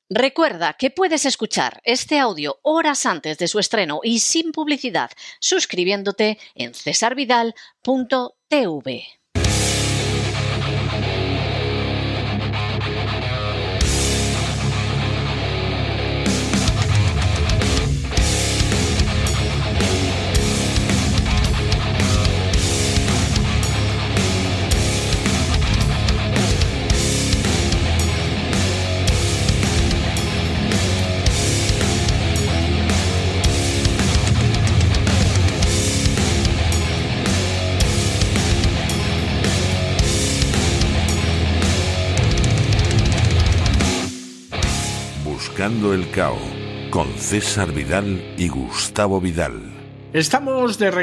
Recuerda que puedes escuchar este audio horas antes de su estreno y sin publicidad suscribiéndote en cesarvidal.tv. Buscando el Cao, con César Vidal y Gustavo Vidal. Estamos de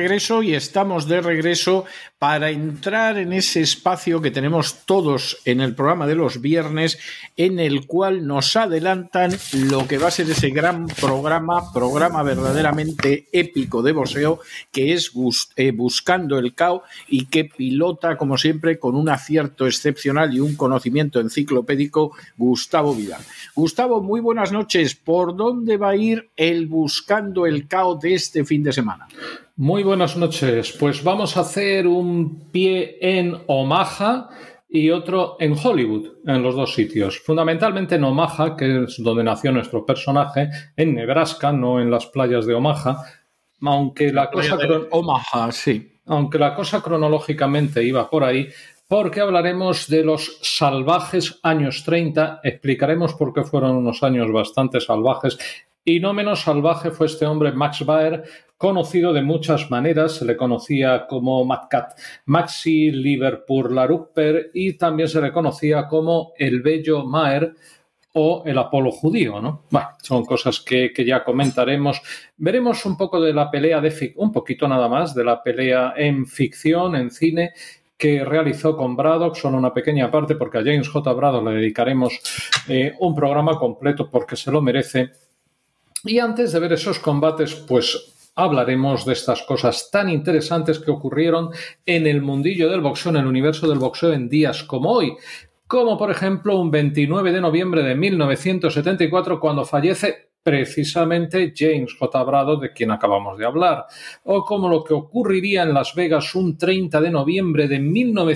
regreso para entrar en ese espacio que tenemos todos en el programa de los viernes, en el cual nos adelantan lo que va a ser ese gran programa verdaderamente épico de boxeo, que es Buscando el Cao, y que pilota, como siempre, con un acierto excepcional y un conocimiento enciclopédico, Gustavo Vidal. Gustavo, muy buenas noches. ¿Por dónde va a ir el Buscando el Cao de este fin de semana? Muy buenas noches. Pues vamos a hacer un pie en Omaha y otro en Hollywood, en los dos sitios. Fundamentalmente en Omaha, que es donde nació nuestro personaje, en Nebraska, no en las playas de Omaha, aunque la cosa Omaha, sí. Aunque la cosa cronológicamente iba por ahí, porque hablaremos de los salvajes años 30, explicaremos por qué fueron unos años bastante salvajes, y no menos salvaje fue este hombre Max Baer, conocido de muchas maneras. Se le conocía como Mad Cat Maxi, Liverpool Larupper, y también se le conocía como el Bello Maer o el Apolo judío, ¿no? Bueno, son cosas que ya comentaremos. Veremos un poco de la pelea un poquito nada más, de la pelea en ficción, en cine, que realizó con Braddock, solo una pequeña parte, porque a James J. Braddock le dedicaremos un programa completo porque se lo merece. Y antes de ver esos combates, pues hablaremos de estas cosas tan interesantes que ocurrieron en el mundillo del boxeo, en el universo del boxeo en días como hoy, como por ejemplo un 29 de noviembre de 1974, cuando fallece precisamente James J. Braddock, de quien acabamos de hablar, o como lo que ocurriría en Las Vegas un 30 de noviembre de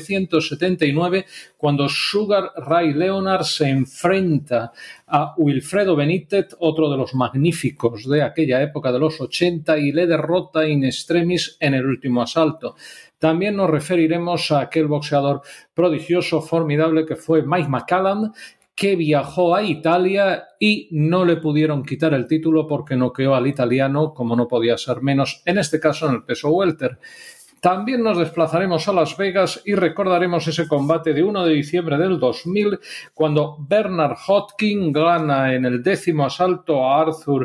1979, cuando Sugar Ray Leonard se enfrenta a Wilfredo Benítez, otro de los magníficos de aquella época de los 80, y le derrota in extremis en el último asalto. También nos referiremos a aquel boxeador prodigioso, formidable, que fue Mike McCallum, que viajó a Italia y no le pudieron quitar el título porque noqueó al italiano, como no podía ser menos, en este caso en el peso welter. También nos desplazaremos a Las Vegas y recordaremos ese combate de 1 de diciembre del 2000, cuando Bernard Hopkins gana en el 10º asalto a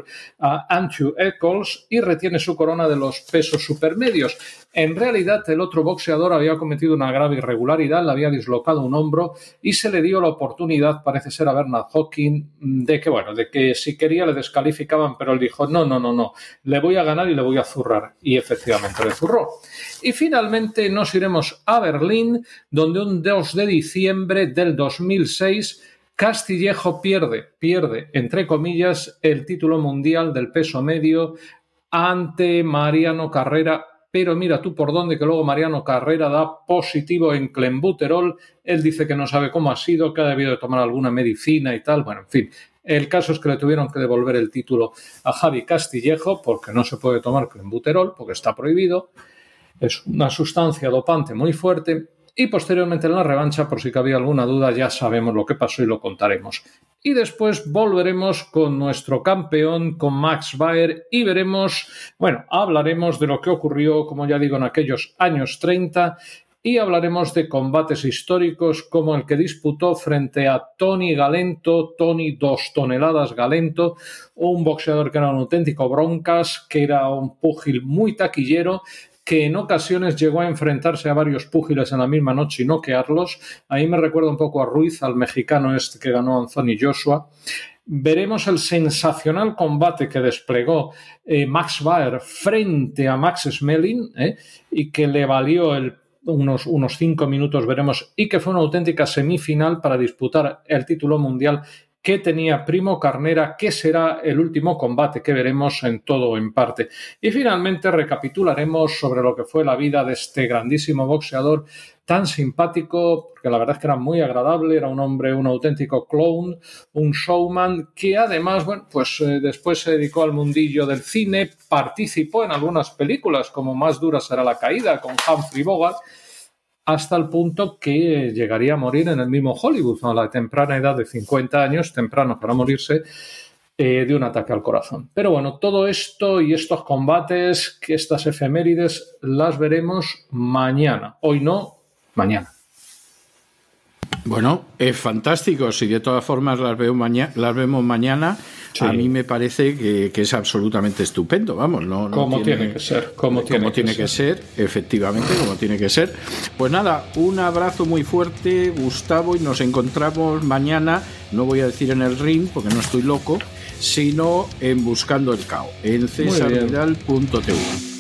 Andrew Eccles y retiene su corona de los pesos supermedios. En realidad, el otro boxeador había cometido una grave irregularidad, le había dislocado un hombro y se le dio la oportunidad, parece ser a Bernard Hopkins, de que si quería le descalificaban, pero él dijo, no, le voy a ganar y le voy a zurrar. Y efectivamente le zurró. Y finalmente nos iremos a Berlín, donde un 2 de diciembre del 2006 Castillejo pierde, entre comillas, el título mundial del peso medio ante Mariano Carrera. Pero mira tú por dónde, que luego Mariano Carrera da positivo en clenbuterol. Él dice que no sabe cómo ha sido, que ha debido de tomar alguna medicina y tal. Bueno, en fin, el caso es que le tuvieron que devolver el título a Javi Castillejo porque no se puede tomar clenbuterol, porque está prohibido. Es una sustancia dopante muy fuerte. Y posteriormente en la revancha, por si cabía alguna duda, ya sabemos lo que pasó y lo contaremos. Y después volveremos con nuestro campeón, con Max Baer, y hablaremos de lo que ocurrió, como ya digo, en aquellos años 30, y hablaremos de combates históricos como el que disputó frente a Tony Galento, Tony 2 toneladas Galento, un boxeador que era un auténtico broncas, que era un púgil muy taquillero, que en ocasiones llegó a enfrentarse a varios púgiles en la misma noche y noquearlos. Ahí me recuerda un poco a Ruiz, al mexicano este que ganó Anthony Joshua. Veremos el sensacional combate que desplegó Max Baer frente a Max Schmeling, y que le valió unos 5 minutos, veremos, y que fue una auténtica semifinal para disputar el título mundial qué tenía Primo Carnera, qué será el último combate que veremos en Todo o en Parte. Y finalmente recapitularemos sobre lo que fue la vida de este grandísimo boxeador tan simpático, porque la verdad es que era muy agradable, era un hombre, un auténtico clown, un showman, que además, bueno, pues después se dedicó al mundillo del cine, participó en algunas películas como Más dura será la caída con Humphrey Bogart, hasta el punto que llegaría a morir en el mismo Hollywood, a la temprana edad de 50 años, temprano para morirse, de un ataque al corazón. Pero bueno, todo esto y estos combates, que estas efemérides, las veremos mañana. Hoy no, mañana. Bueno, es fantástico. Si de todas formas las vemos mañana, sí. A mí me parece que es absolutamente estupendo. Vamos, no como tiene que ser. Como tiene que ser, efectivamente, como tiene que ser. Pues nada, un abrazo muy fuerte, Gustavo, y nos encontramos mañana. No voy a decir en el ring, porque no estoy loco, sino en Buscando el Cao, en cesarvidal.tv.